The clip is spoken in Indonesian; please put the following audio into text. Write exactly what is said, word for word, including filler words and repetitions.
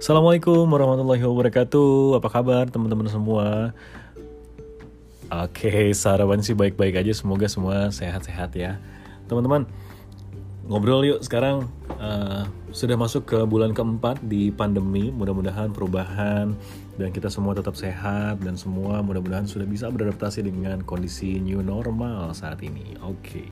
Assalamualaikum warahmatullahi wabarakatuh. Apa kabar teman-teman semua? Oke, sarapan sih baik-baik aja. Semoga semua sehat-sehat ya. Teman-teman, ngobrol yuk sekarang. uh, Sudah masuk ke bulan keempat di pandemi. Mudah-mudahan perubahan dan kita semua tetap sehat. Dan semua mudah-mudahan sudah bisa beradaptasi dengan kondisi new normal saat ini. Oke.